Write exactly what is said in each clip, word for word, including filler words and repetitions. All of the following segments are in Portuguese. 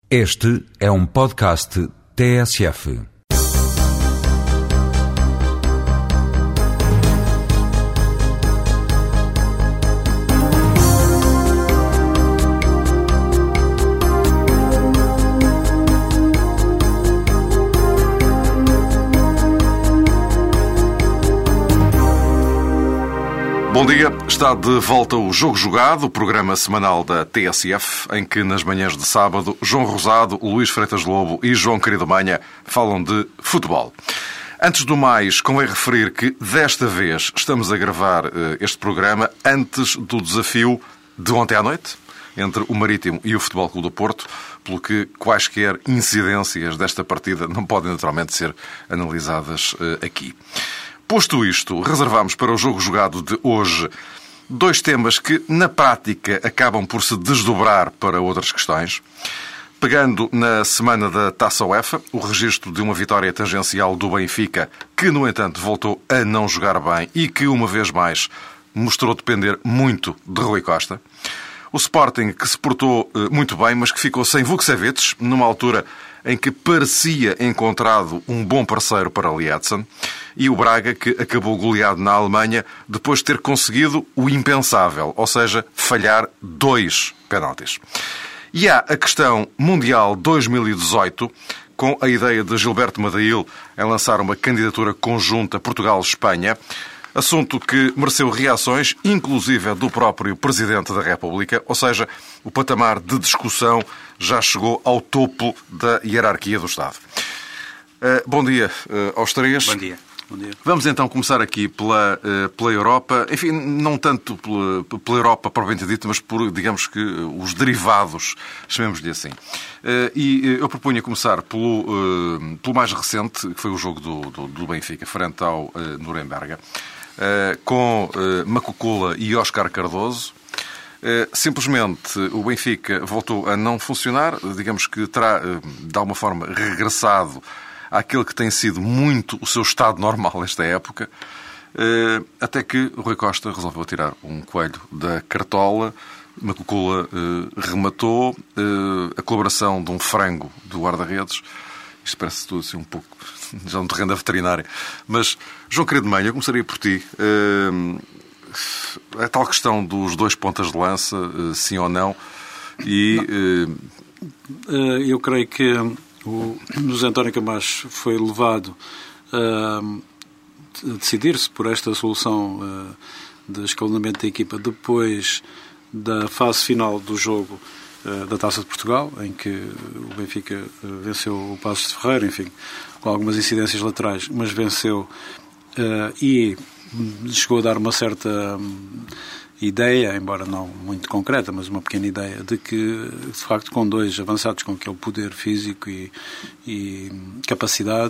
Este é um podcast T S F. Bom dia, está de volta o Jogo Jogado, o programa semanal da T S F, em que nas manhãs de sábado, João Rosado, Luís Freitas Lobo e João Querido Manha falam de futebol. Antes do mais, convém referir que desta vez estamos a gravar uh, este programa antes do desafio de ontem à noite, entre o Marítimo e o Futebol Clube do Porto, pelo que quaisquer incidências desta partida não podem naturalmente ser analisadas uh, aqui. Posto isto, reservamos para o Jogo Jogado de hoje dois temas que, na prática, acabam por se desdobrar para outras questões. Pegando na semana da Taça UEFA, o registro de uma vitória tangencial do Benfica, que, no entanto, voltou a não jogar bem e que, uma vez mais, mostrou depender muito de Rui Costa. O Sporting, que se portou muito bem, mas que ficou sem Vukcevic, numa altura em que parecia encontrado um bom parceiro para Lietzen, e o Braga, que acabou goleado na Alemanha depois de ter conseguido o impensável, ou seja, falhar dois penaltis. E há a questão Mundial dois mil e dezoito, com a ideia de Gilberto Madail em lançar uma candidatura conjunta Portugal-Espanha, assunto que mereceu reações, inclusive do próprio Presidente da República, ou seja, o patamar de discussão já chegou ao topo da hierarquia do Estado. Uh, bom dia uh, aos três. Bom dia. Bom dia. Vamos então começar aqui pela, uh, pela Europa, enfim, não tanto pela, pela Europa propriamente dita, mas por, digamos que, os derivados, chamemos-lhe assim. Uh, e eu propunha começar pelo, uh, pelo mais recente, que foi o jogo do, do, do Benfica, frente ao uh, Nuremberg. Uh, com uh, Macucula e Óscar Cardoso. Uh, simplesmente o Benfica voltou a não funcionar, digamos que terá, uh, de alguma forma, regressado àquele que tem sido muito o seu estado normal nesta época, uh, até que o Rui Costa resolveu tirar um coelho da cartola. Macucula uh, rematou, uh, a colaboração de um frango do guarda-redes. Isto parece tudo assim um pouco já um terreno da veterinária. Mas, João Querido Manha, eu começaria por ti. Uh, a tal questão dos dois pontas de lança, uh, sim ou não, e... Uh... Uh, eu creio que o José António Camacho foi levado uh, a decidir-se por esta solução uh, de escalonamento da equipa depois da fase final do jogo da Taça de Portugal, em que o Benfica venceu o Passos de Ferreira, enfim, com algumas incidências laterais, mas venceu uh, e chegou a dar uma certa um, ideia, embora não muito concreta, mas uma pequena ideia, de que, de facto, com dois avançados com aquele poder físico e, e capacidade,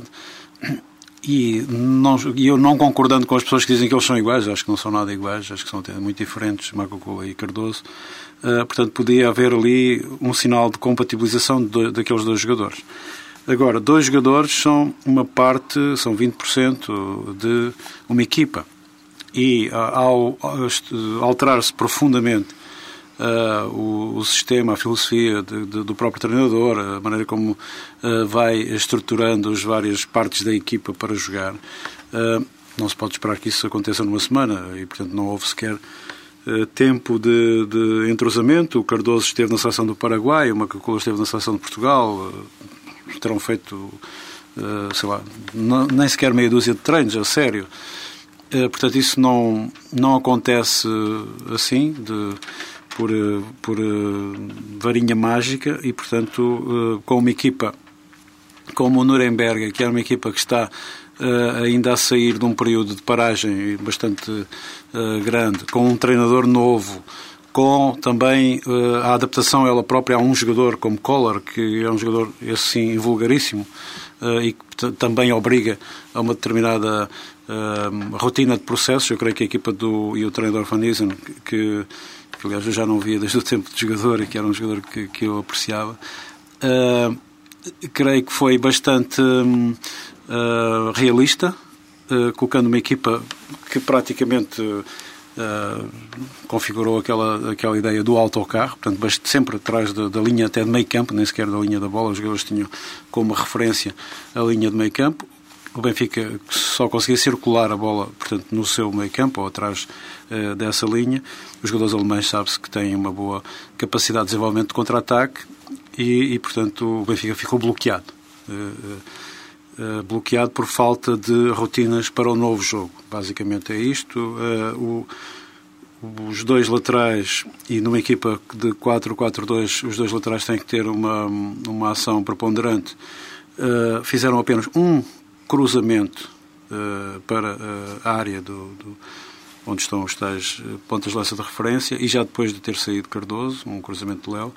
e, não, e eu não concordando com as pessoas que dizem que eles são iguais, acho que não são nada iguais, acho que são até muito diferentes, Macucula e Cardoso. Uh, portanto, podia haver ali um sinal de compatibilização de dois, daqueles dois jogadores. Agora, dois jogadores são uma parte, são vinte por cento de uma equipa. E uh, ao, ao alterar-se profundamente uh, o, o sistema, a filosofia de, de, do próprio treinador, a maneira como uh, vai estruturando as várias partes da equipa para jogar, uh, não se pode esperar que isso aconteça numa semana e, portanto, não houve sequer tempo de, de entrosamento. O Cardoso esteve na seleção do Paraguai, o Macucula esteve na seleção de Portugal, terão feito, sei lá, não, nem sequer meia dúzia de treinos, a sério. Portanto, isso não, não acontece assim, de, por, por varinha mágica, e, portanto, com uma equipa como o Nuremberg, que é uma equipa que está Uh, ainda a sair de um período de paragem bastante uh, grande, com um treinador novo, com também uh, a adaptação ela própria a um jogador como Koller, que é um jogador, esse sim, vulgaríssimo, uh, e que t- também obriga a uma determinada uh, rotina de processos. Eu creio que a equipa do, e o treinador Van Niesen, que, que aliás eu já não via desde o tempo de jogador e que era um jogador que, que eu apreciava, uh, creio que foi bastante... Um, Uh, realista, uh, colocando uma equipa que praticamente uh, uh, configurou aquela, aquela ideia do autocarro, portanto, sempre atrás da, da linha até de meio campo, nem sequer da linha da bola, os jogadores tinham como referência a linha de meio campo. O Benfica só conseguia circular a bola, portanto, no seu meio campo ou atrás uh, dessa linha. Os jogadores alemães sabe-se que têm uma boa capacidade de desenvolvimento de contra-ataque e, e, portanto, o Benfica ficou bloqueado. Uh, uh, bloqueado por falta de rotinas para o novo jogo. Basicamente é isto. Uh, o, os dois laterais, e numa equipa de quatro quatro dois, os dois laterais têm que ter uma, uma ação preponderante. Uh, fizeram apenas um cruzamento uh, para uh, a área do, do, onde estão os tais uh, pontas de lança de referência, e já depois de ter saído Cardoso, um cruzamento de Léo.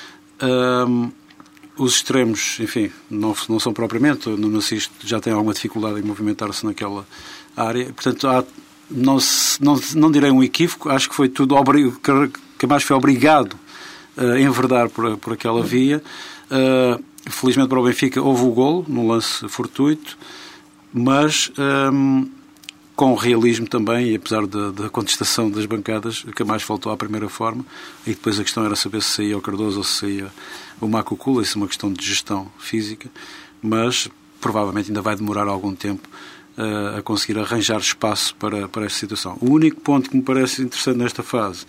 Uh, os extremos, enfim, não, não são propriamente, no Nuno já tem alguma dificuldade em movimentar-se naquela área, portanto há, não, não, não direi um equívoco, acho que foi tudo, que mais foi obrigado a enverdar por, por aquela via. Uh, felizmente para o Benfica houve o golo, num lance fortuito, mas um, com realismo também, e apesar da, da contestação das bancadas, que mais faltou à primeira forma, e depois a questão era saber se saía o Cardoso ou se saía o Makukula, isso é uma questão de gestão física, mas provavelmente ainda vai demorar algum tempo uh, a conseguir arranjar espaço para, para esta situação. O único ponto que me parece interessante nesta fase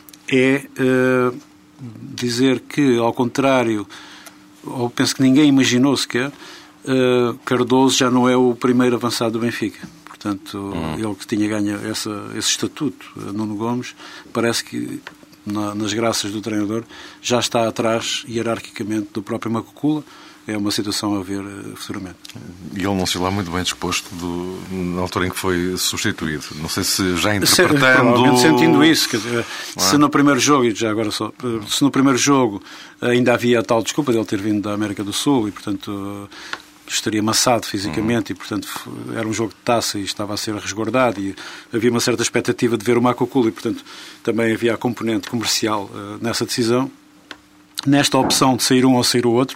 é uh, dizer que, ao contrário, ou penso que ninguém imaginou sequer, uh, Cardoso já não é o primeiro avançado do Benfica. Portanto, hum. ele que tinha ganho essa, esse estatuto, Nuno Gomes, parece que, na, nas graças do treinador, já está atrás, hierarquicamente, do próprio Makukula. É uma situação a ver uh, futuramente. E ele não se lá muito bem disposto do, na altura em que foi substituído. Não sei se já interpretando... Provavelmente sentindo isso. Quer dizer, se no primeiro jogo, e já agora só, se no primeiro jogo ainda havia a tal desculpa de ele ter vindo da América do Sul e, portanto, uh, estaria amassado fisicamente, uhum. e, portanto, era um jogo de taça e estava a ser resguardado, e havia uma certa expectativa de ver o Makukula e, portanto, também havia a componente comercial uh, nessa decisão. Nesta opção de sair um ou sair o outro,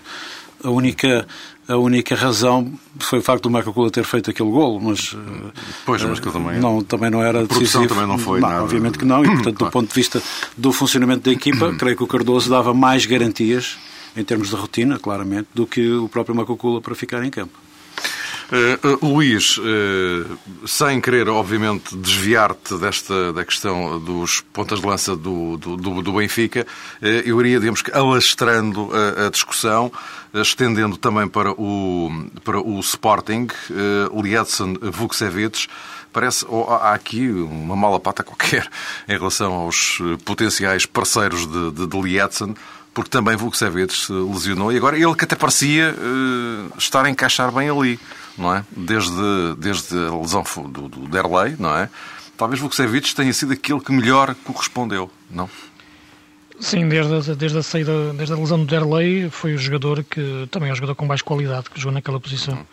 a única, a única razão foi o facto do Makukula ter feito aquele golo, mas, pois, mas que também, não, também não era decisivo. Também não foi não, nada. Obviamente que não, e portanto, do ponto de vista do funcionamento da equipa, creio que o Cardoso dava mais garantias, em termos de rotina, claramente, do que o próprio Makukula para ficar em campo. Uh, uh, Luís, uh, sem querer, obviamente, desviar-te desta da questão dos pontas de lança do, do, do, do Benfica, uh, eu iria, digamos que, alastrando a, a discussão, uh, estendendo também para o, para o Sporting, uh, Liedson Vukcevic. Parece, ou há aqui uma mala pata qualquer em relação aos potenciais parceiros de, de, de Liedson, porque também Vukcevic se lesionou, e agora ele que até parecia uh, estar a encaixar bem ali, não é? Desde, desde a lesão do, do Derlei, não é? Talvez Vukcevic tenha sido aquele que melhor correspondeu, não? Sim, desde, desde, a saída, desde a lesão do Derlei foi o jogador que, também é o jogador com mais qualidade que jogou naquela posição. Hum.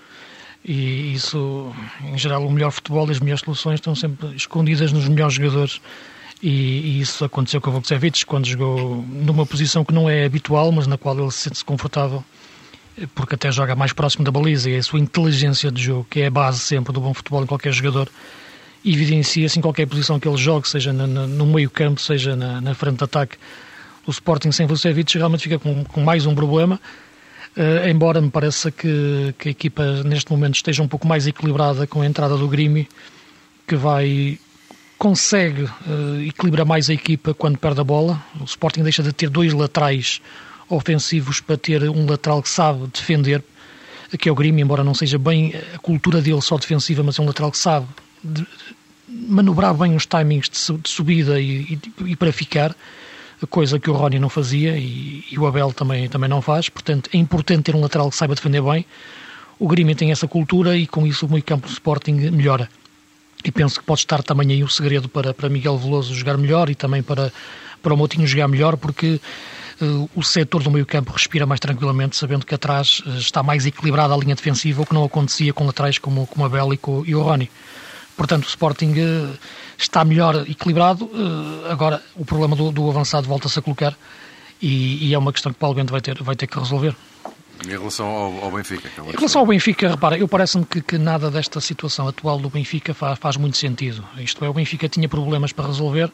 E isso, em geral, o melhor futebol e as melhores soluções estão sempre escondidas nos melhores jogadores. E, e isso aconteceu com o Vukcevic quando jogou numa posição que não é habitual, mas na qual ele se sente confortável, porque até joga mais próximo da baliza, e a sua inteligência de jogo, que é a base sempre do bom futebol em qualquer jogador, evidencia-se em qualquer posição que ele jogue, seja na, na, no meio campo, seja na, na frente de ataque. O Sporting sem Vukcevic realmente fica com, com mais um problema, uh, embora me pareça que, que a equipa neste momento esteja um pouco mais equilibrada com a entrada do Grimi, que vai... consegue uh, equilibrar mais a equipa quando perde a bola. O Sporting deixa de ter dois laterais ofensivos para ter um lateral que sabe defender, que é o Grimi, embora não seja bem a cultura dele só defensiva, mas é um lateral que sabe de, manobrar bem os timings de, de subida e, e, e para ficar, coisa que o Rony não fazia e, e o Abel também, também não faz. Portanto, é importante ter um lateral que saiba defender bem. O Grimi tem essa cultura e com isso o meio campo do Sporting melhora. E penso que pode estar também aí o segredo para, para Miguel Veloso jogar melhor e também para, para o Moutinho jogar melhor, porque uh, o setor do meio campo respira mais tranquilamente, sabendo que atrás uh, está mais equilibrada a linha defensiva, o que não acontecia com laterais como, como a Abel e, com, e o Rony. Portanto, o Sporting uh, está melhor equilibrado. Uh, agora, o problema do, do avançado volta-se a colocar e, e é uma questão que Paulo Bento vai ter, vai ter que resolver. Em relação ao, ao Benfica? Em relação ao Benfica, repara, eu parece-me que, que nada desta situação atual do Benfica faz, faz muito sentido. Isto é, o Benfica tinha problemas para resolver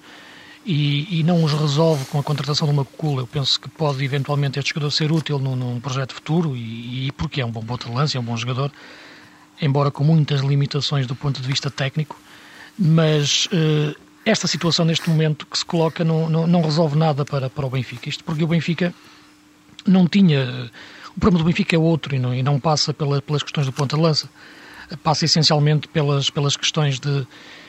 e, e não os resolve com a contratação de uma Kukula. Eu penso que pode eventualmente este jogador ser útil num, num projeto futuro e, e porque é um bom ponta de lança, é um bom jogador, embora com muitas limitações do ponto de vista técnico, mas uh, esta situação neste momento que se coloca não, não, não resolve nada para, para o Benfica. Isto porque o Benfica não tinha... O problema do Benfica é outro e não, e não passa pela, pelas questões do ponta de lança, passa essencialmente pelas, pelas questões de,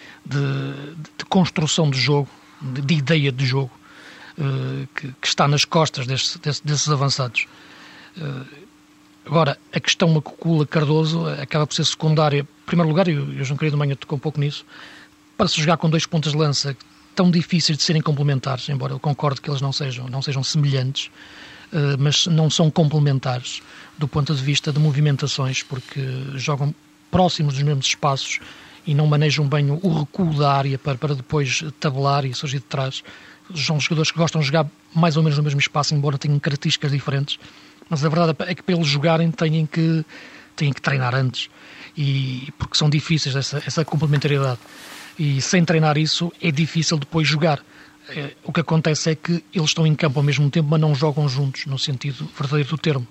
de, de construção de jogo, de, de ideia de jogo, uh, que, que está nas costas desse, desse, desses avançados. Uh, agora, a questão Kukula Cardoso acaba por ser secundária. Em primeiro lugar, e o João Querido Manha tocou um pouco nisso, para se jogar com dois pontas de lança tão difíceis de serem complementares, embora eu concorde que eles não sejam, não sejam semelhantes, Uh, mas não são complementares do ponto de vista de movimentações, porque jogam próximos dos mesmos espaços e não manejam bem o recuo da área para, para depois tabelar e surgir de trás. São jogadores que gostam de jogar mais ou menos no mesmo espaço, embora tenham características diferentes, mas a verdade é que para eles jogarem têm que, têm que treinar antes, e, porque são difíceis essa, essa complementariedade, e sem treinar isso é difícil depois jogar. O que acontece é que eles estão em campo ao mesmo tempo, mas não jogam juntos, no sentido verdadeiro do termo.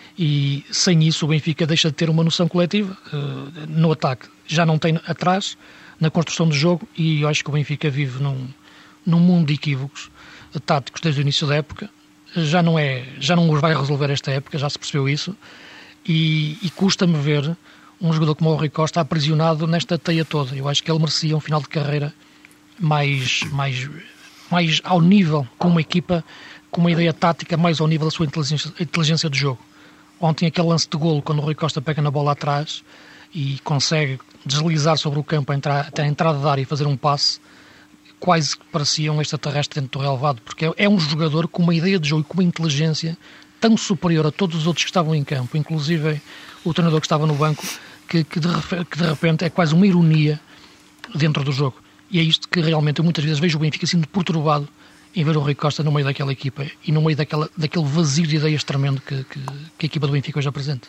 E sem isso o Benfica deixa de ter uma noção coletiva uh, no ataque. Já não tem atrás, na construção do jogo, e eu acho que o Benfica vive num, num mundo de equívocos uh, táticos desde o início da época. Já não, é, já não os vai resolver esta época, já se percebeu isso. E, e custa-me ver um jogador como o Rui Costa aprisionado nesta teia toda. Eu acho que ele merecia um final de carreira mais... mais mais ao nível, com uma equipa, com uma ideia tática mais ao nível da sua inteligência, inteligência de jogo. Ontem aquele lance de golo, quando o Rui Costa pega na bola atrás e consegue deslizar sobre o campo até a entrada da área e fazer um passe, quase que parecia um extraterrestre dentro do relevado, porque é um jogador com uma ideia de jogo e com uma inteligência tão superior a todos os outros que estavam em campo, inclusive o treinador que estava no banco, que, que, de, que de repente é quase uma ironia dentro do jogo. E é isto que realmente eu muitas vezes vejo o Benfica sendo perturbado em ver o Rui Costa no meio daquela equipa e no meio daquela, daquele vazio de ideias tremendo que, que, que a equipa do Benfica hoje apresenta.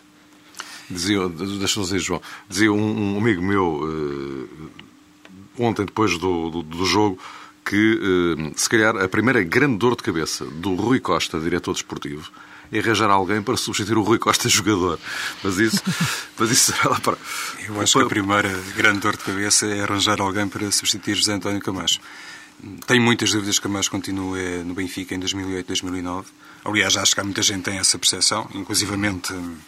Dizia, deixa-me dizer, João, dizia um, um amigo meu uh, ontem, depois do, do, do jogo, que uh, se calhar a primeira grande dor de cabeça do Rui Costa, diretor desportivo, é arranjar alguém para substituir o Rui Costa jogador. Mas isso, mas isso será lá para... Eu acho que a primeira grande dor de cabeça é arranjar alguém para substituir José António Camacho. Tenho muitas dúvidas que Camacho continue no Benfica em dois mil e oito, dois mil e nove. Aliás, acho que há muita gente que tem essa percepção, inclusivamente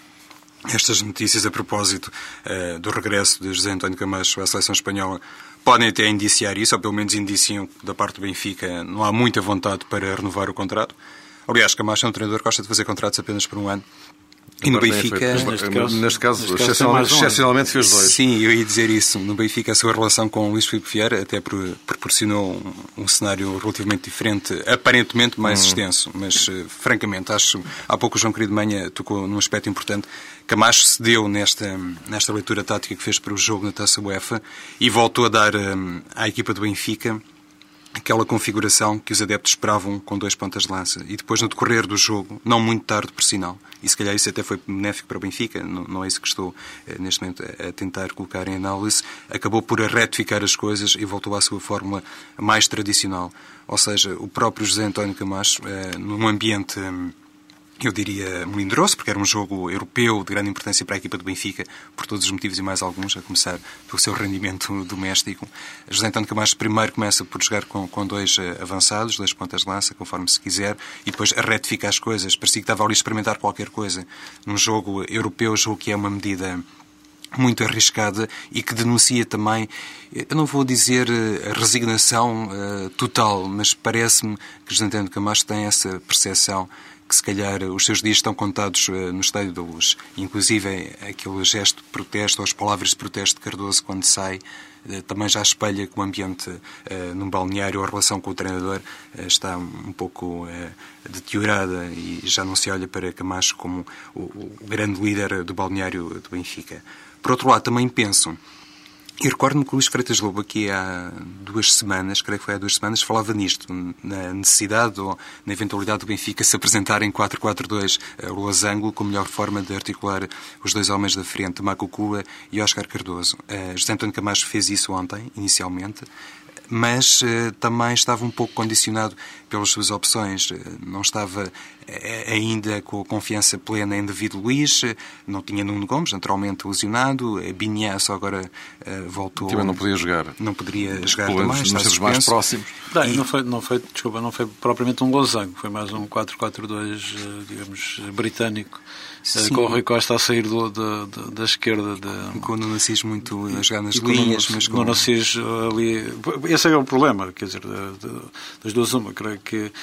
estas notícias a propósito uh, do regresso de José António Camacho à seleção espanhola podem até indiciar isso, ou pelo menos indiciam que da parte do Benfica não há muita vontade para renovar o contrato. Aliás, Camacho é um treinador que gosta de fazer contratos apenas por um ano. E no Benfica... Neste caso, neste caso excepcionalmente, excepcionalmente fez dois. Sim, eu ia dizer isso. No Benfica, a sua relação com o Luís Filipe Vieira até proporcionou um, um cenário relativamente diferente, aparentemente mais hum. extenso. Mas, uh, francamente, acho... Há pouco o João Querido Manha tocou num aspecto importante. Camacho cedeu nesta, nesta leitura tática que fez para o jogo na Taça UEFA e voltou a dar um, à equipa do Benfica aquela configuração que os adeptos esperavam com dois pontas de lança. E depois, no decorrer do jogo, não muito tarde, por sinal, e se calhar isso até foi benéfico para o Benfica, não, não é isso que estou eh, neste momento a, a tentar colocar em análise, acabou por retificar as coisas e voltou à sua fórmula mais tradicional. Ou seja, o próprio José António Camacho, eh, num ambiente... Hum, eu diria melindroso, porque era um jogo europeu de grande importância para a equipa do Benfica, por todos os motivos e mais alguns, a começar pelo seu rendimento doméstico. José António Camacho primeiro começa por jogar com, com dois avançados, dois pontas de lança, conforme se quiser, e depois retifica as coisas. Parecia que estava ali a experimentar qualquer coisa. Num jogo europeu, jogo que é uma medida muito arriscada e que denuncia também, eu não vou dizer a resignação uh, total, mas parece-me que José António Camacho tem essa percepção que se calhar os seus dias estão contados uh, no Estádio da Luz. Inclusive aquele gesto de protesto, ou as palavras de protesto de Cardoso quando sai, uh, também já espelha que o ambiente uh, num balneário, a relação com o treinador uh, está um pouco uh, deteriorada e já não se olha para Camacho como o, o grande líder do balneário do Benfica. Por outro lado, também penso E recordo-me que o Luís Freitas Lobo, aqui há duas semanas, creio que foi há duas semanas, falava nisto, na necessidade ou na eventualidade do Benfica se apresentar em quatro quatro dois o losango como melhor forma de articular os dois homens da frente, Marco Cula e Óscar Cardoso. Uh, José António Camacho fez isso ontem, inicialmente, mas uh, também estava um pouco condicionado pelas suas opções. Uh, não estava uh, ainda com a confiança plena em David Luiz, uh, não tinha Nuno Gomes, naturalmente lesionado, uh, Binha só agora uh, voltou... Também não podia jogar. Não poderia jogar Pelo também, está nos mais próximos. Não, e... não, foi, não, foi, desculpa, não foi propriamente um losango, foi mais um quatro quatro dois, uh, digamos, britânico. Sim. Com o Rui Costa a sair do, do, do, da esquerda. De... Com o Nuno Assis muito a jogar nas linhas. Mas com o Nuno Assis ali... Esse é o problema, quer dizer, de, de, das duas uma. Creio que uh,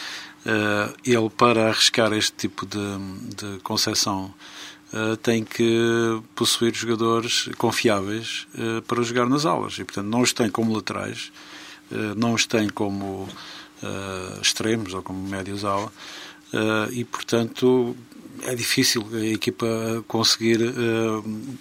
ele, para arriscar este tipo de, de concepção, uh, tem que possuir jogadores confiáveis uh, para jogar nas alas. E, portanto, não os tem como laterais, uh, não os tem como uh, extremos ou como médios ala. Uh, e, portanto... É difícil a equipa conseguir uh,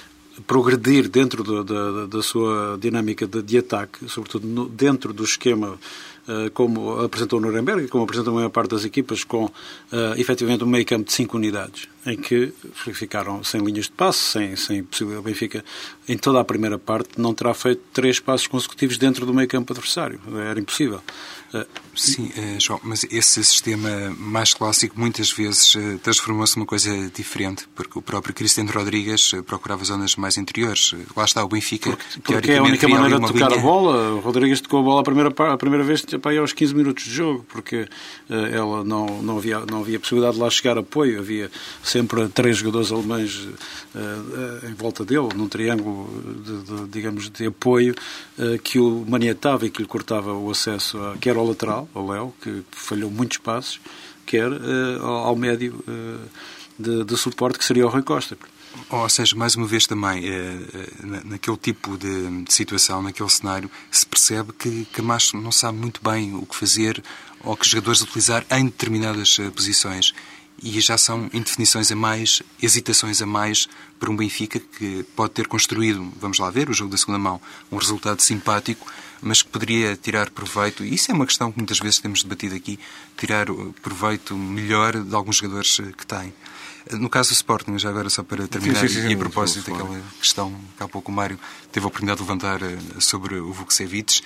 progredir dentro do, da, da sua dinâmica de, de ataque, sobretudo no, dentro do esquema uh, como apresentou o Nuremberg e como apresentou a maior parte das equipas, com uh, efetivamente um meio campo de cinco unidades, em que ficaram sem linhas de passe, sem, sem possibilidade. O Benfica, em toda a primeira parte, não terá feito três passos consecutivos dentro do meio campo adversário. Era impossível. Uh, Sim, uh, João, mas esse sistema mais clássico muitas vezes uh, transformou-se numa coisa diferente, porque o próprio Cristiano Rodrigues uh, procurava zonas mais interiores. Uh, lá está o Benfica. Porque, porque é a única maneira de tocar linha... a bola. O Rodrigues tocou a bola a primeira, a primeira vez para aí aos quinze minutos de jogo, porque uh, ela não, não, havia, não havia possibilidade de lá chegar apoio. Havia sempre três jogadores alemães uh, uh, em volta dele, num triângulo de, de, digamos, de apoio uh, que o maniatava e que lhe cortava o acesso a, quer ao lateral, ao Léo, que falhou muitos passos, quer uh, ao médio uh, de, de suporte, que seria o Rui Costa. Ou seja, mais uma vez também, naquele tipo de situação, naquele cenário, se percebe que Camacho não sabe muito bem o que fazer ou que jogadores utilizar em determinadas posições. E já são indefinições a mais, hesitações a mais para um Benfica que pode ter construído, vamos lá ver, o jogo da segunda mão, um resultado simpático, mas que poderia tirar proveito, e isso é uma questão que muitas vezes temos debatido aqui, tirar proveito melhor de alguns jogadores que tem. No caso do Sporting, já agora só para terminar, sim, sim, sim, e a propósito daquela questão que há pouco o Mário teve a oportunidade de levantar sobre o Vukcevic,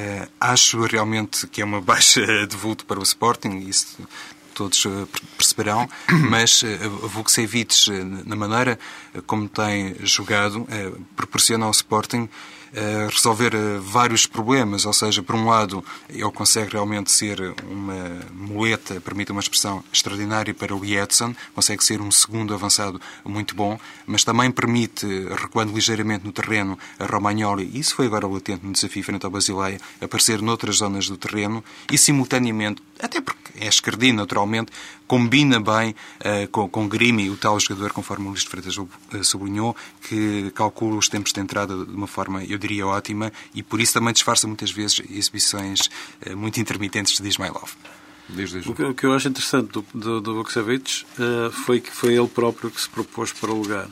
acho realmente que é uma baixa de vulto para o Sporting, isso todos perceberão, mas o Vukcevic, na maneira como tem jogado, proporciona ao Sporting resolver vários problemas, ou seja, por um lado ele consegue realmente ser uma muleta, permite uma expressão extraordinária para o Edson, consegue ser um segundo avançado muito bom, mas também permite, recuando ligeiramente no terreno, a Romagnoli, isso foi agora latente no desafio frente ao Basileia, aparecer noutras zonas do terreno e simultaneamente, até porque é esquerdino naturalmente, combina bem uh, com, com Grimi, o tal jogador, conforme o Luís Freitas uh, sublinhou, que calcula os tempos de entrada de uma forma, eu diria, ótima, e por isso também disfarça muitas vezes exibições uh, muito intermitentes de Ismailov. Diz, diz. O, que, o que eu acho interessante do, do, do Vukcevic uh, foi que foi ele próprio que se propôs para o lugar.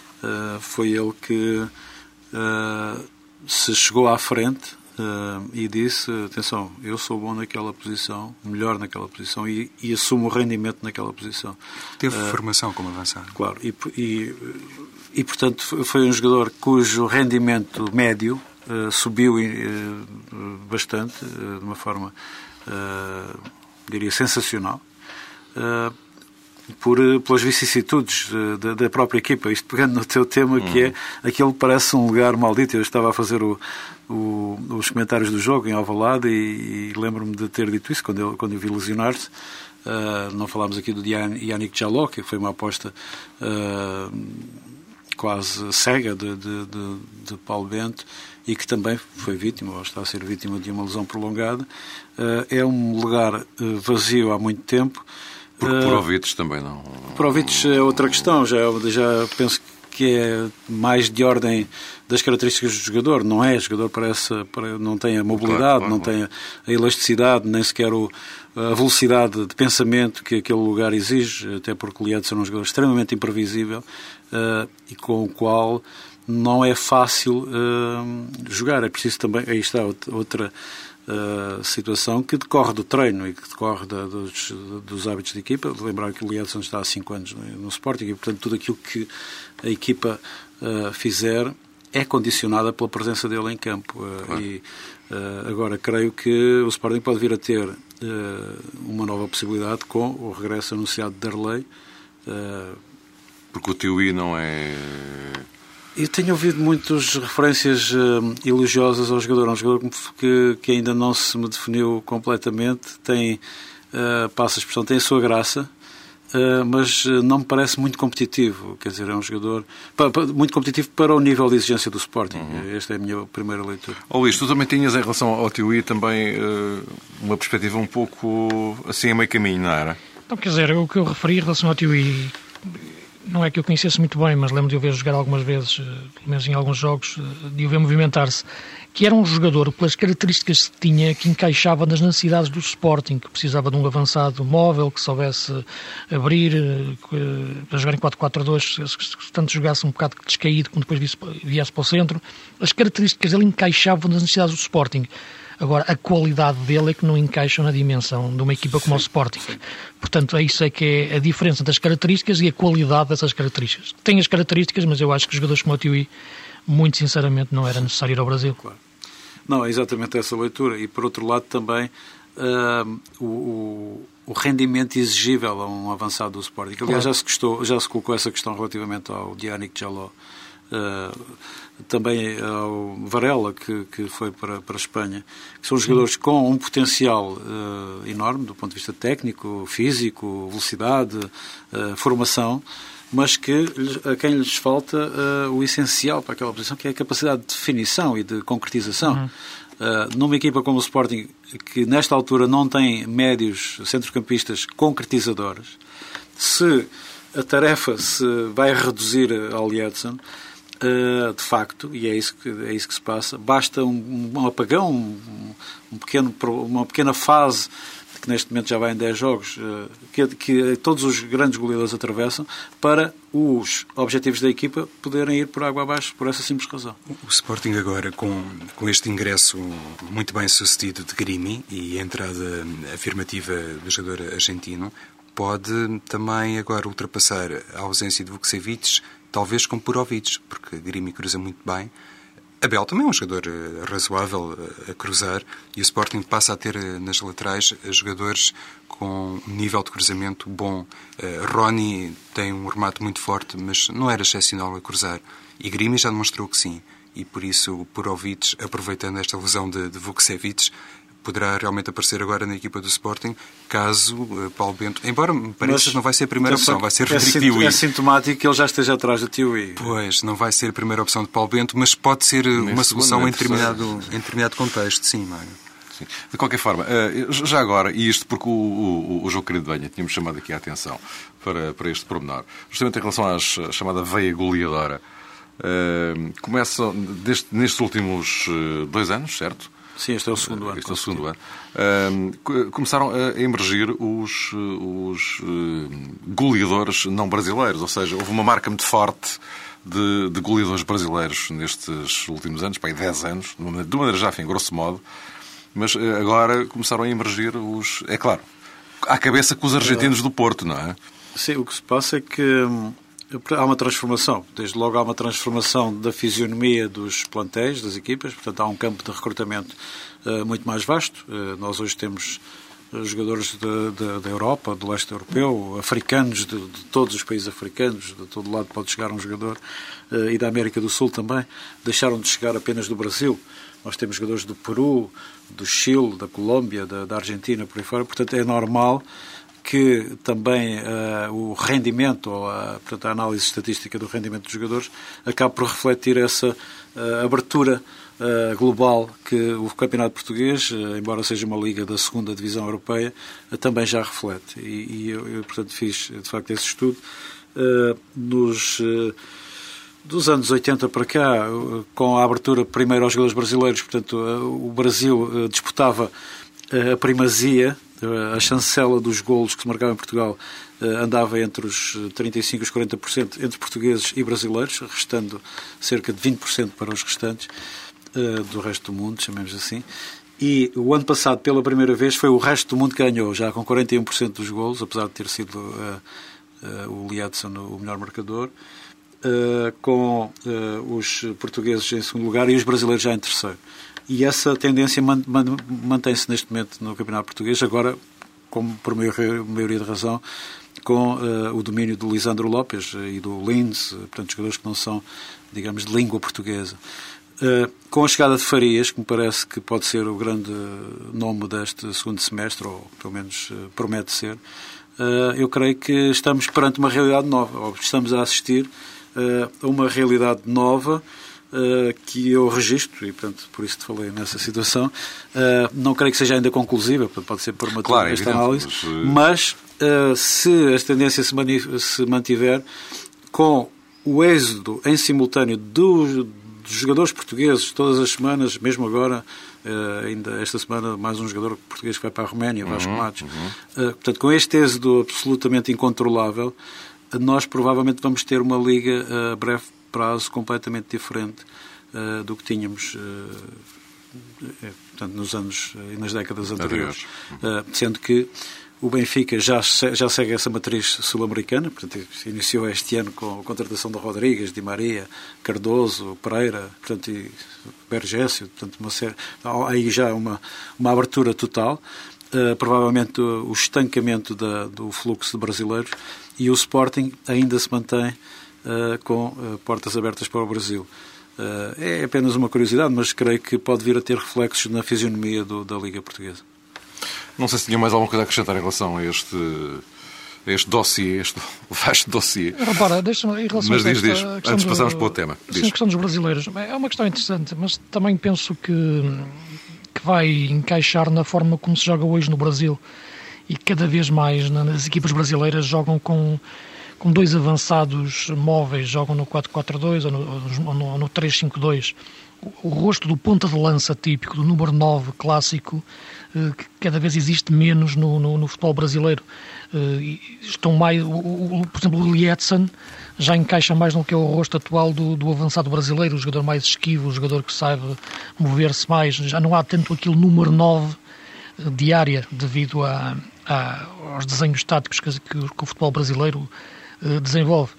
Uh, foi ele que uh, se chegou à frente Uh, e disse, atenção, eu sou bom naquela posição, melhor naquela posição e, e assumo o rendimento naquela posição. Teve uh, formação como avançado. Claro, e, e, e portanto foi um jogador cujo rendimento médio uh, subiu uh, bastante, uh, de uma forma, uh, diria, sensacional, uh, por, pelas vicissitudes da, da própria equipa. Isto pegando no teu tema, hum. que é aquele que parece um lugar maldito. Eu estava a fazer o, o, os comentários do jogo em Alvalade e, e lembro-me de ter dito isso quando eu, quando eu vi lesionar-se. Uh, não falámos aqui do Yannick Jaló, que foi uma aposta uh, quase cega de, de, de, de Paulo Bento e que também foi vítima, ou está a ser vítima de uma lesão prolongada. Uh, é um lugar uh, vazio há muito tempo. Porque Provic também não... Provic é outra questão, já, já penso que é mais de ordem das características do jogador. Não é, o jogador parece, não tem a mobilidade, claro, claro, não claro. tem a elasticidade, nem sequer o, a velocidade de pensamento que aquele lugar exige, até porque o Liedson é um jogador extremamente imprevisível uh, e com o qual não é fácil uh, jogar. É preciso também, aí está outra uh, situação que decorre do treino e que decorre da, dos, dos hábitos de equipa. De lembrar que o Liedson está há cinco anos no, no Sporting e, portanto, tudo aquilo que a equipa uh, fizer é condicionada pela presença dele em campo. Uh, claro. E uh, agora creio que o Sporting pode vir a ter uh, uma nova possibilidade com o regresso anunciado de Derlei. Uh, Porque o Tiwi não é... Eu tenho ouvido muitas referências uh, elogiosas ao jogador. É um jogador que, que ainda não se me definiu completamente. Tem, uh, passa a expressão, tem a sua graça. Uh, mas não me parece muito competitivo. Quer dizer, é um jogador pa, pa, muito competitivo para o nível de exigência do Sporting. Uhum. Esta é a minha primeira leitura. Oh, Luís, tu também tinhas em relação ao Tiwi também uh, uma perspectiva um pouco assim a meio caminho, não era? Então, quer dizer, o que eu referi em relação ao Tiwi não é que eu conhecesse muito bem, mas lembro de o ver jogar algumas vezes, pelo menos em alguns jogos, de o ver movimentar-se, que era um jogador, pelas características que tinha, que encaixava nas necessidades do Sporting, que precisava de um avançado móvel, que soubesse abrir, para jogar em quatro quatro dois, que tanto jogasse um bocado descaído, como depois viesse para o centro. As características dele encaixavam nas necessidades do Sporting. Agora, a qualidade dele é que não encaixa na dimensão de uma equipa como sim, o Sporting. Sim. Portanto, é isso é que é a diferença entre as características e a qualidade dessas características. Tem as características, mas eu acho que os jogadores como o Tiwi, muito sinceramente, não era necessário ir ao Brasil. Claro. Não, é exatamente essa leitura. E, por outro lado, também uh, o, o rendimento exigível a um avançado do Sporting. Aliás, claro. já, se gostou, já se colocou essa questão relativamente ao Dianic Jaló. Uh, também ao Varela, que, que foi para, para a Espanha, que são jogadores com um potencial uh, enorme do ponto de vista técnico, físico, velocidade, uh, formação, mas que a quem lhes falta uh, o essencial para aquela posição, que é a capacidade de definição e de concretização. Uhum. Uh, numa equipa como o Sporting, que nesta altura não tem médios centrocampistas concretizadores, se a tarefa se vai reduzir ao Liedson, Uh, de facto, e é isso que, é isso que se passa, basta um, um apagão, um, um pequeno, uma pequena fase, que neste momento já vai em dez jogos, uh, que, que todos os grandes goleadores atravessam, para os objetivos da equipa poderem ir por água abaixo, por essa simples razão. O Sporting agora, com, com este ingresso muito bem sucedido de Grimi e a entrada afirmativa do jogador argentino, pode também agora ultrapassar a ausência de Vukcevic, talvez com Purovic, porque Grimi cruza muito bem. Abel também é um jogador razoável a cruzar e o Sporting passa a ter nas laterais jogadores com um nível de cruzamento bom. Rony tem um remate muito forte, mas não era excepcional a cruzar. E Grimi já demonstrou que sim. E por isso o Purovic, aproveitando esta lesão de, de Vukcevic, poderá realmente aparecer agora na equipa do Sporting, caso uh, Paulo Bento... Embora me pareça que não vai ser a primeira opção, vai ser Rodrigo é Tiwi. É sintomático que ele já esteja atrás do Tiwi. Pois, não vai ser a primeira opção de Paulo Bento, mas pode ser Neste uma solução em determinado, em determinado contexto, sim, Mário. Sim. De qualquer forma, uh, já agora, e isto porque o, o, o João Querido Banha tínhamos chamado aqui a atenção para, para este pormenor, justamente em relação à chamada veia goleadora, uh, começam deste, nestes últimos uh, dois anos, certo? Sim, este é o segundo ano. Este é o segundo ano. Uh, começaram a emergir os, os uh, goleadores não brasileiros, ou seja, houve uma marca muito forte de, de goleadores brasileiros nestes últimos anos, para aí dez anos, de uma maneira já, enfim, grosso modo, mas uh, agora começaram a emergir os... É claro, à cabeça com os argentinos do Porto, não é? Sim, o que se passa é que hum, há uma transformação. Desde logo há uma transformação da fisionomia dos plantéis, das equipas. Portanto, há um campo de recrutamento uh, muito mais vasto. Uh, nós hoje temos uh, jogadores de, de, da Europa, do leste europeu, africanos, de, de todos os países africanos. De todo lado pode chegar um jogador. Uh, e da América do Sul também. Deixaram de chegar apenas do Brasil. Nós temos jogadores do Peru, do Chile, da Colômbia, da, da Argentina, por aí fora. Portanto, é normal que também uh, o rendimento, ou a, portanto, a análise estatística do rendimento dos jogadores, acabe por refletir essa uh, abertura uh, global que o Campeonato Português, uh, embora seja uma liga da segunda divisão europeia, uh, também já reflete. E, e eu, eu, portanto, fiz, de facto, esse estudo uh, nos... Uh, dos anos oitenta para cá, com a abertura primeiro aos jogadores brasileiros, portanto, o Brasil disputava a primazia, a chancela dos golos que se marcavam em Portugal andava entre os trinta e cinco por cento e os quarenta por cento entre portugueses e brasileiros, restando cerca de vinte por cento para os restantes do resto do mundo, chamemos assim. E o ano passado, pela primeira vez, foi o resto do mundo que ganhou, já com quarenta e um por cento dos golos, apesar de ter sido uh, uh, o Liedson o melhor marcador, uh, com uh, os portugueses em segundo lugar e os brasileiros já em terceiro. E essa tendência man- man- mantém-se neste momento no Campeonato Português, agora, como por maioria de razão, com uh, o domínio do Lisandro Lopes e do Linz, portanto, jogadores que não são, digamos, de língua portuguesa. Uh, com a chegada de Farias, que me parece que pode ser o grande nome deste segundo semestre, ou pelo menos uh, promete ser, uh, eu creio que estamos perante uma realidade nova, ou estamos a assistir uh, a uma realidade nova uh, que eu registro, e portanto por isso te falei nessa situação. Uh, não creio que seja ainda conclusiva, portanto, pode ser por uma claro, esta evidente, análise, mas, mas uh, se a tendência se, mani- se mantiver, com o êxodo em simultâneo dos dos jogadores portugueses, todas as semanas, mesmo agora, uh, ainda esta semana, mais um jogador português que vai para a Roménia, uhum, Vasco Matos. Uhum. Uh, portanto, com este êxodo absolutamente incontrolável, uh, nós provavelmente vamos ter uma liga a breve prazo completamente diferente uh, do que tínhamos uh, é, portanto, nos anos e nas décadas anteriores. Uh, sendo que o Benfica já, já segue essa matriz sul-americana, portanto, iniciou este ano com a contratação de Rodrigues, Di Maria, Cardoso, Pereira, portanto, e Bergésio, portanto, uma série, aí já uma, uma abertura total, uh, provavelmente o, o estancamento da, do fluxo de brasileiros, e o Sporting ainda se mantém uh, com uh, portas abertas para o Brasil. Uh, é apenas uma curiosidade, mas creio que pode vir a ter reflexos na fisionomia do, da Liga Portuguesa. Não sei se tinha mais alguma coisa a acrescentar em relação a este, a este dossiê, este vasto dossiê. Repara, deixa-me, em relação mas a diz, esta, diz, antes de passarmos para o tema. Sim, a questão dos brasileiros. É uma questão interessante, mas também penso que, que vai encaixar na forma como se joga hoje no Brasil. E cada vez mais nas equipas brasileiras jogam com, com dois avançados móveis, jogam no quatro quatro dois ou no, ou no, ou no três cinco dois. O rosto do ponta de lança típico, do número nove clássico, que cada vez existe menos no, no, no futebol brasileiro. Estão mais, o, o, por exemplo, o Liedson já encaixa mais no que é o rosto atual do, do avançado brasileiro, o jogador mais esquivo, o jogador que sabe mover-se mais. Já não há tanto aquele número nove de área devido a, a, aos desenhos táticos que, que, que o futebol brasileiro uh, desenvolve.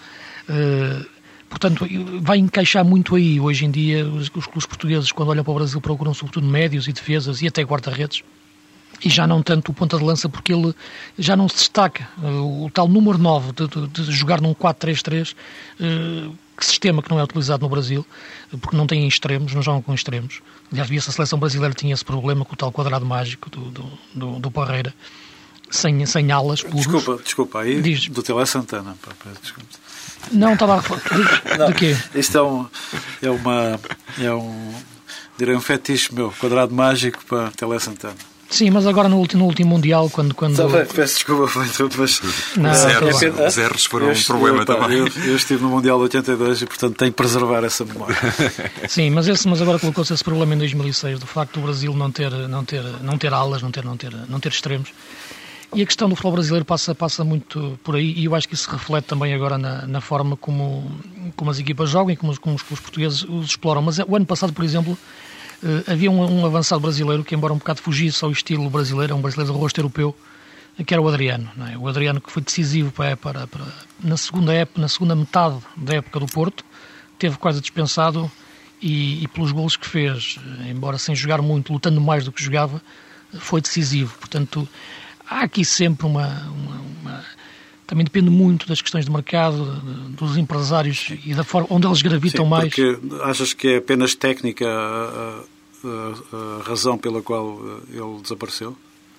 Uh, Portanto, vai encaixar muito aí. Hoje em dia, os, os clubes portugueses, quando olham para o Brasil, procuram sobretudo médios e defesas e até guarda-redes. E já não tanto o ponta de lança, porque ele já não se destaca. O, o tal número nove de, de, de jogar num quatro três três, uh, que sistema que não é utilizado no Brasil, porque não tem extremos, não jogam com extremos. Aliás, via-se a seleção brasileira tinha esse problema com o tal quadrado mágico do, do, do, do Parreira, sem, sem alas puros. Desculpa, desculpa, aí Diz. do Tele Santana. Pá, pá, desculpa. Não, estava a referir. De, de quê? Isto é um, é uma, é um, direi um fetiche meu, quadrado mágico para Tele Santana. Sim, mas agora no último, no último Mundial, quando... quando... Tá bem, peço desculpa, foi tudo, mas... Não, os, erros, é, os erros foram eu, um problema eu, pá, também. Eu, eu estive no Mundial de oitenta e dois e, portanto, tenho que preservar essa memória. Sim, mas, esse, mas agora colocou-se esse problema em dois mil e seis, do facto do Brasil não ter, não ter, não ter alas, não ter, não, ter, não ter extremos. E a questão do futebol brasileiro passa, passa muito por aí, e eu acho que isso se reflete também agora na, na forma como, como as equipas jogam e como, como os clubes portugueses os exploram. Mas o ano passado, por exemplo, Uh, havia um, um avançado brasileiro que, embora um bocado fugisse ao estilo brasileiro, é um brasileiro de rosto europeu, que era o Adriano. Não é? O Adriano, que foi decisivo para, para, para, na, segunda época, na segunda metade da época do Porto, teve quase dispensado e, e pelos golos que fez, embora sem jogar muito, lutando mais do que jogava, foi decisivo. Portanto, há aqui sempre uma... uma, uma também depende muito das questões de mercado, dos empresários e da forma onde eles gravitam. Sim, mais. Porque achas que é apenas técnica a, a, a razão pela qual ele desapareceu?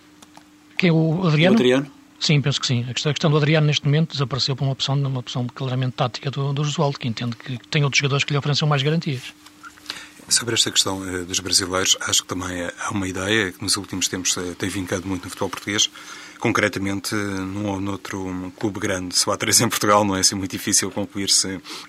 Quem é o Adriano? O Adriano? Sim, penso que sim. A questão, a questão do Adriano neste momento desapareceu por uma opção, uma opção claramente tática do, do Josualdo, que entende que tem outros jogadores que lhe oferecem mais garantias. Sobre esta questão uh, dos brasileiros, acho que também há uma ideia que nos últimos tempos uh, tem vincado muito no futebol português, concretamente uh, num ou noutro um clube grande. Se há três em Portugal, não é assim muito difícil concluir-se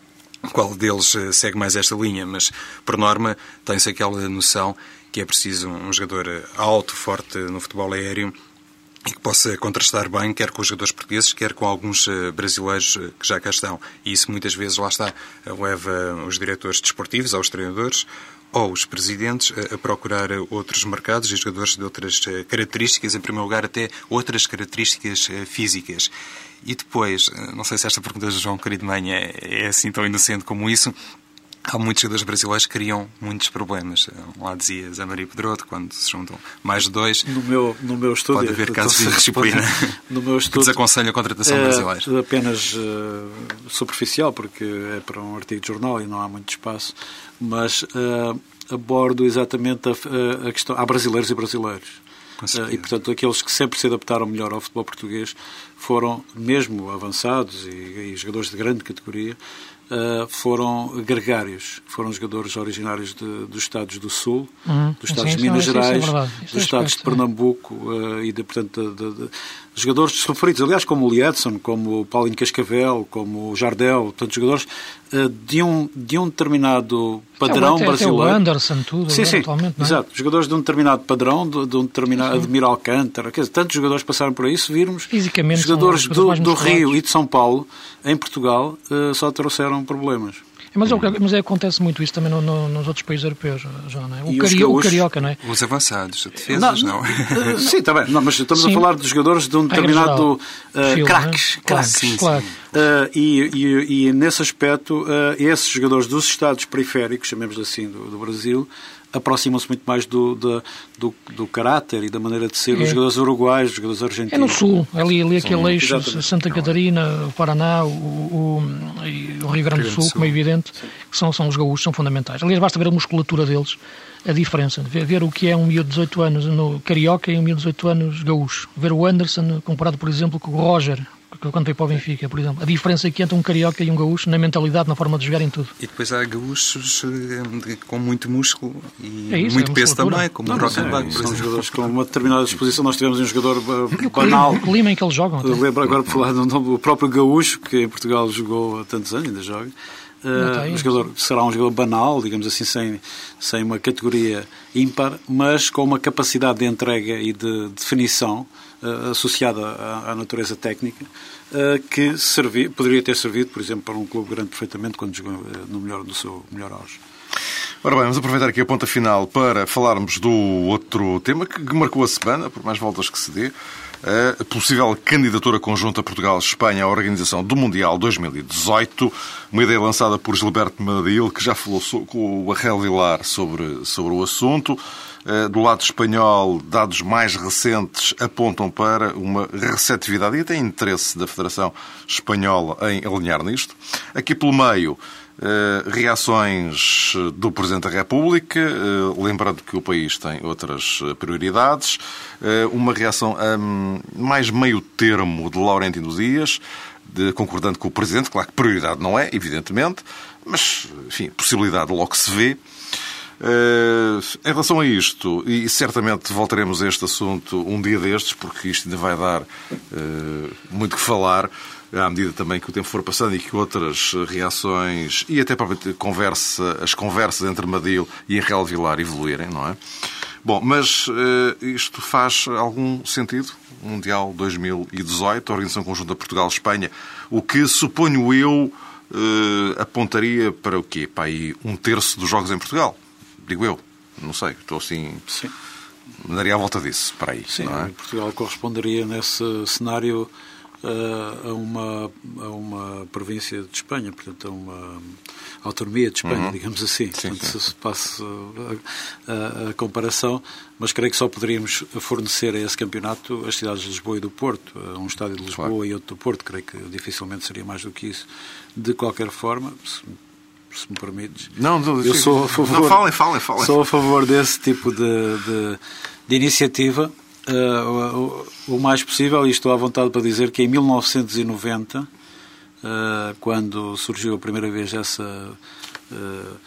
qual deles segue mais esta linha, mas, por norma, tem-se aquela noção que é preciso um jogador alto, forte no futebol aéreo e que possa contrastar bem, quer com os jogadores portugueses, quer com alguns brasileiros que já cá estão. E isso, muitas vezes, lá está, leva os diretores desportivos, aos treinadores, ou os presidentes a procurar outros mercados e jogadores de outras características, em primeiro lugar até outras características físicas. E depois, não sei se esta pergunta de João Querido Manha é assim tão inocente como isso, há muitos jogadores brasileiros que criam muitos problemas. Lá dizia Zé Maria Pedroto, quando se juntam mais de dois, no meu, no meu estudo, pode haver casos de indisciplina no meu estudo, que desaconselham a contratação é, brasileira. Apenas uh, superficial, porque é para um artigo de jornal e não há muito espaço, mas uh, abordo exatamente a, a questão. Há brasileiros e brasileiros. Uh, e, portanto, aqueles que sempre se adaptaram melhor ao futebol português foram, mesmo avançados e, e jogadores de grande categoria, Uh, foram gregários, foram jogadores originários de, dos Estados do Sul, uhum. dos Estados sim, de Minas sim, Gerais, é dos Estados de Pernambuco uh, e, de, portanto, de, de, de jogadores sofridos, aliás, como o Liedson, como o Paulinho Cascavel, como o Jardel, portanto, jogadores uh, de, um, de um determinado padrão até, brasileiro. Até o Anderson, tudo, sim, sim, atualmente, não é? Exato, jogadores de um determinado padrão, de, de um determinado Admir Alcântara, quer dizer, tantos jogadores passaram por aí, se virmos jogadores do, do Rio e de São Paulo, em Portugal, uh, só trouxeram problemas. Mas, hum. mas é, acontece muito isso também no, no, nos outros países europeus, João, não é? O, cario, o carioca, não é? Os avançados, defesas, não? não. Sim, está bem, não, mas estamos sim. a falar de jogadores de um determinado uh, craques. Craques, claro. Uh, e, e, e nesse aspecto, uh, esses jogadores dos Estados periféricos, chamemos assim, do, do Brasil, aproximam-se muito mais do, do, do, do caráter e da maneira de ser é. os jogadores uruguaios, os jogadores argentinos. É no Sul, ali, ali aquele eixo, Santa Catarina, o Paraná, o, o, o Rio Grande do Sul, como é evidente, que são, são os gaúchos, são fundamentais. Aliás, basta ver a musculatura deles, a diferença. Ver, ver o que é um miúdo de dezoito anos no carioca e um miúdo de dezoito anos gaúcho. Ver o Anderson comparado, por exemplo, com o Roger, quando veio para o Benfica, por exemplo. A diferença aqui entre um carioca e um gaúcho na mentalidade, na forma de jogar em tudo. E depois há gaúchos com muito músculo e é isso, muito é peso também, como não, o Rockenbach. É, são jogadores com uma determinada disposição. Nós tivemos um jogador banal. O clima em que eles jogam. Eu lembro agora por falar do próprio gaúcho, que em Portugal jogou há tantos anos, ainda joga. Uh, um jogador, será um jogador banal, digamos assim, sem, sem uma categoria ímpar, mas com uma capacidade de entrega e de definição uh, associada à, à natureza técnica, uh, que servi, poderia ter servido, por exemplo, para um clube grande perfeitamente quando jogou uh, no, melhor, no seu melhor auge. Ora bem, vamos aproveitar aqui a ponta final para falarmos do outro tema que marcou a semana, por mais voltas que se dê, a possível candidatura conjunta Portugal-Espanha à organização do Mundial dois mil e dezoito, uma ideia lançada por Gilberto Madil, que já falou com o Arrel Vilar sobre, sobre o assunto. Do lado espanhol, dados mais recentes apontam para uma receptividade e até interesse da Federação Espanhola em alinhar nisto. Aqui pelo meio, Uh, reações do Presidente da República, uh, lembrando que o país tem outras prioridades, uh, uma reação um, mais meio termo de Laurentino Dias, de, concordando com o Presidente, claro que prioridade não é, evidentemente, mas, enfim, possibilidade logo se vê. Uh, em relação a isto, e certamente voltaremos a este assunto um dia destes, porque isto ainda vai dar uh, muito que falar, à medida também que o tempo for passando e que outras reações e até para conversa, as conversas entre Madil e Arrel Vilar evoluírem, não é? Bom, mas uh, isto faz algum sentido? Mundial dois mil e dezoito, a Organização Conjunta Portugal-Espanha, o que, suponho eu, uh, apontaria para o quê? Para aí um terço dos jogos em Portugal? Digo eu. Não sei, estou assim... Sim. Daria a volta disso, para aí. Sim, não é? Portugal corresponderia nesse cenário uh, a, uma, a uma província de Espanha, portanto a uma autonomia de Espanha, uhum. digamos assim. Sim, portanto, sim. se passa a, a, a comparação, mas creio que só poderíamos fornecer a esse campeonato as cidades de Lisboa e do Porto, um estádio de Lisboa claro. E outro do Porto, creio que dificilmente seria mais do que isso. De qualquer forma, se, se me permites, não, não, eu sou a favor, não, falem, falem, falem. Sou a favor desse tipo de, de, de iniciativa. Uh, o, o mais possível, e estou à vontade para dizer que em mil novecentos e noventa, uh, quando surgiu a primeira vez essa uh,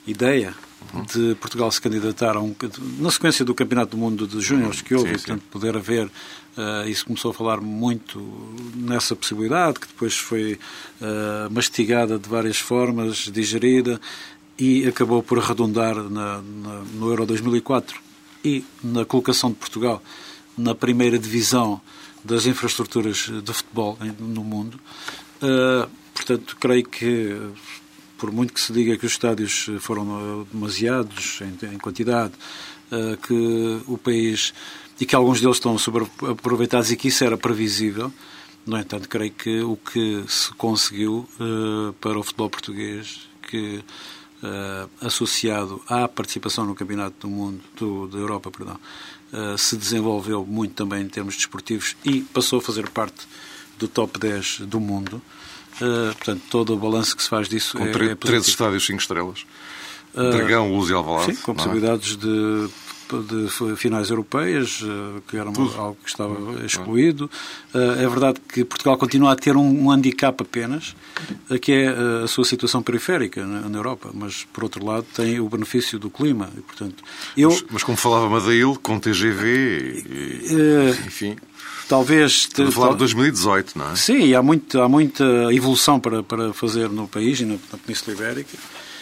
ideia de Portugal se candidatar a um, na sequência do Campeonato do Mundo de Júniores que houve, sim, sim. Portanto, poder haver, uh, isso começou a falar muito nessa possibilidade, que depois foi uh, mastigada de várias formas, digerida, e acabou por arredondar na, na, no Euro dois mil e quatro e na colocação de Portugal na primeira divisão das infraestruturas de futebol no mundo. Uh, portanto, creio que, por muito que se diga que os estádios foram demasiados em, em quantidade, uh, que o país, e que alguns deles estão superaproveitados e que isso era previsível, no entanto, creio que o que se conseguiu uh, para o futebol português, que uh, associado à participação no Campeonato do Mundo, do, da Europa, perdão, uh, se desenvolveu muito também em termos desportivos e passou a fazer parte do top dez do mundo. Uh, portanto, todo o balanço que se faz disso com é, tre- é três estádios cinco estrelas. Uh, Dragão, Luz e Alvalade. Sim, com possibilidades é? de, de finais europeias, uh, que era uma, algo que estava excluído. Uh, é verdade que Portugal continua a ter um, um handicap apenas, uh, que é uh, a sua situação periférica na, na Europa, mas, por outro lado, tem o benefício do clima. E, portanto, eu, mas, mas como falava Madail, com T G V, e, uh, enfim... Talvez... Estamos a falar de dois mil e dezoito, não é? Sim, há, muito, há muita evolução para, para fazer no país e na, na Península Ibérica.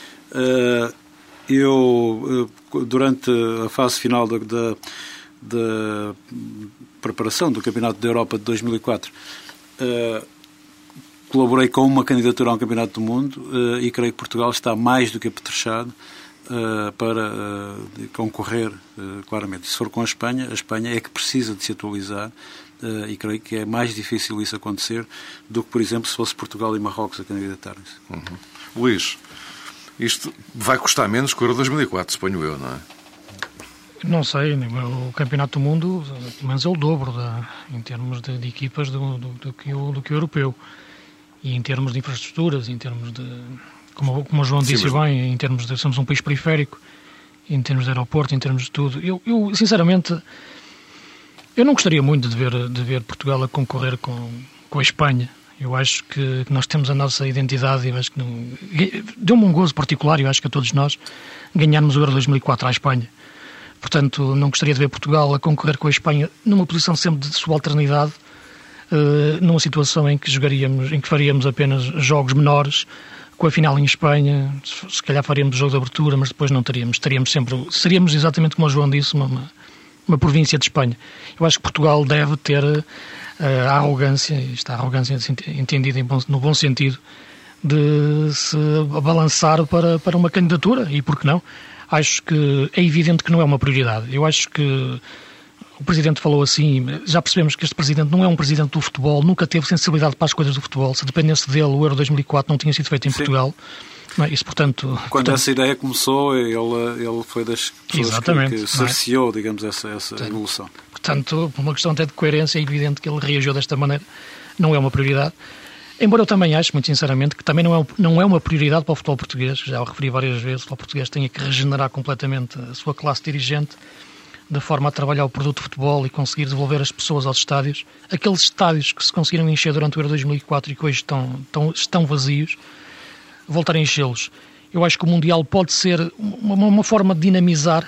Uh, eu, uh, durante a fase final da, da, da preparação do Campeonato da Europa de dois mil e quatro, uh, colaborei com uma candidatura a um Campeonato do Mundo uh, e creio que Portugal está mais do que apetrechado uh, para uh, concorrer, uh, claramente. Se for com a Espanha, a Espanha é que precisa de se atualizar. Uh, e creio que é mais difícil isso acontecer do que, por exemplo, se fosse Portugal e Marrocos a candidatarem-se. Uhum. Luís, isto vai custar menos que o Euro dois mil e quatro, suponho eu, não é? Não sei, o Campeonato do Mundo, pelo menos é o dobro da, em termos de, de equipas do, do, do, que o, do que o europeu. E em termos de infraestruturas, em termos de, como, como o João disse Sim, mas... bem, em termos de somos um país periférico, em termos de aeroporto, em termos de tudo. Eu, eu sinceramente... Eu não gostaria muito de ver, de ver Portugal a concorrer com, com a Espanha. Eu acho que nós temos a nossa identidade e eu acho que não... Deu-me um gozo particular, eu acho que a todos nós, ganharmos o Euro dois mil e quatro à Espanha. Portanto, não gostaria de ver Portugal a concorrer com a Espanha numa posição sempre de subalternidade, uh, numa situação em que jogaríamos, em que faríamos apenas jogos menores, com a final em Espanha, se calhar faríamos o jogo de abertura, mas depois não teríamos. Teríamos sempre... Seríamos exatamente como o João disse, uma... uma uma província de Espanha. Eu acho que Portugal deve ter uh, a arrogância, e esta arrogância entendida em bom, no bom sentido, de se balançar para, para uma candidatura, e por que não? Acho que é evidente que não é uma prioridade. Eu acho que o Presidente falou assim, já percebemos que este Presidente não é um Presidente do futebol, nunca teve sensibilidade para as coisas do futebol. Se dependesse dele, o Euro dois mil e quatro não tinha sido feito em Sim. Portugal. Não é? Isso, portanto, Quando portanto... essa ideia começou, ele, ele foi das pessoas Exatamente, que, que cerceou, é? digamos, essa, essa portanto, evolução. Portanto, por uma questão até de coerência, é evidente que ele reagiu desta maneira. Não é uma prioridade. Embora eu também acho, muito sinceramente, que também não é, não é uma prioridade para o futebol português. Já o referi várias vezes, o futebol português tem que regenerar completamente a sua classe dirigente, de forma a trabalhar o produto de futebol e conseguir devolver as pessoas aos estádios. Aqueles estádios que se conseguiram encher durante o Euro dois mil e quatro e que hoje estão, estão, estão vazios, voltarem a enchê-los. Eu acho que o Mundial pode ser uma, uma forma de dinamizar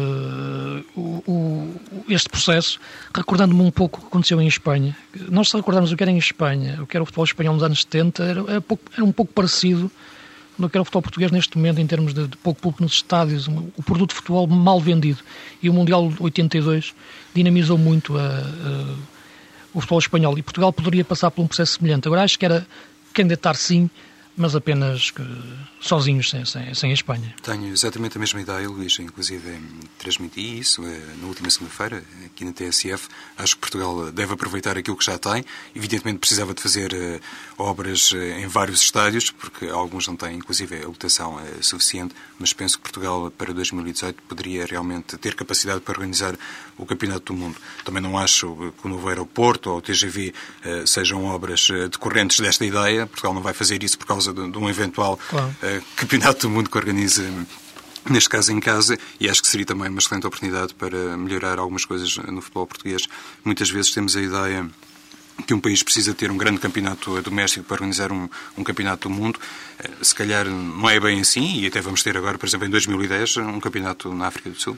uh, o, o, este processo, recordando-me um pouco o que aconteceu em Espanha. Nós, se recordarmos o que era em Espanha, o que era o futebol espanhol nos anos setenta, era, era, pouco, era um pouco parecido do que era o futebol português neste momento, em termos de, de pouco público nos estádios, o produto de futebol mal vendido. E o Mundial de oitenta e dois dinamizou muito a, a, o futebol espanhol. E Portugal poderia passar por um processo semelhante. Agora, acho que era candidatar sim, mas apenas que, sozinhos, sem, sem, sem a Espanha. Tenho exatamente a mesma ideia, Luís. Inclusive, transmiti isso eh, na última segunda-feira, aqui na T S F. Acho que Portugal deve aproveitar aquilo que já tem. Evidentemente, precisava de fazer eh, obras eh, em vários estádios, porque alguns não têm, inclusive, a lotação eh, suficiente, mas penso que Portugal, para dois mil e dezoito, poderia realmente ter capacidade para organizar o Campeonato do Mundo. Também não acho que o novo aeroporto ou o T G V eh, sejam obras eh, decorrentes desta ideia. Portugal não vai fazer isso por causa de, de um eventual claro. uh, Campeonato do Mundo que organiza, neste caso em casa, e acho que seria também uma excelente oportunidade para melhorar algumas coisas no futebol português. Muitas vezes temos a ideia que um país precisa ter um grande campeonato doméstico para organizar um, um campeonato do mundo. Se calhar não é bem assim, e até vamos ter agora, por exemplo, em dois mil e dez, um campeonato na África do Sul.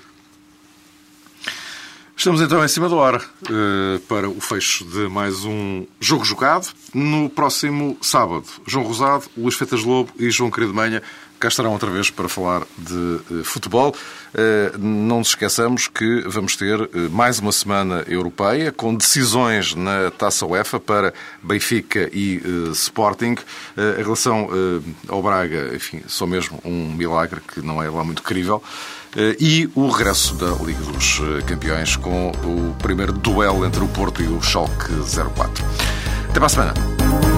Estamos então em cima da hora uh, para o fecho de mais um Jogo Jogado. No próximo sábado, João Rosado, Luís Freitas Lobo e João Querido Manha cá estarão outra vez para falar de uh, futebol. Uh, não nos esqueçamos que vamos ter uh, mais uma semana europeia com decisões na Taça UEFA para Benfica e uh, Sporting. Uh, em relação uh, ao Braga, enfim, só mesmo um milagre que não é lá muito crível. E o regresso da Liga dos Campeões com o primeiro duelo entre o Porto e o Schalke zero quatro. Até para a semana.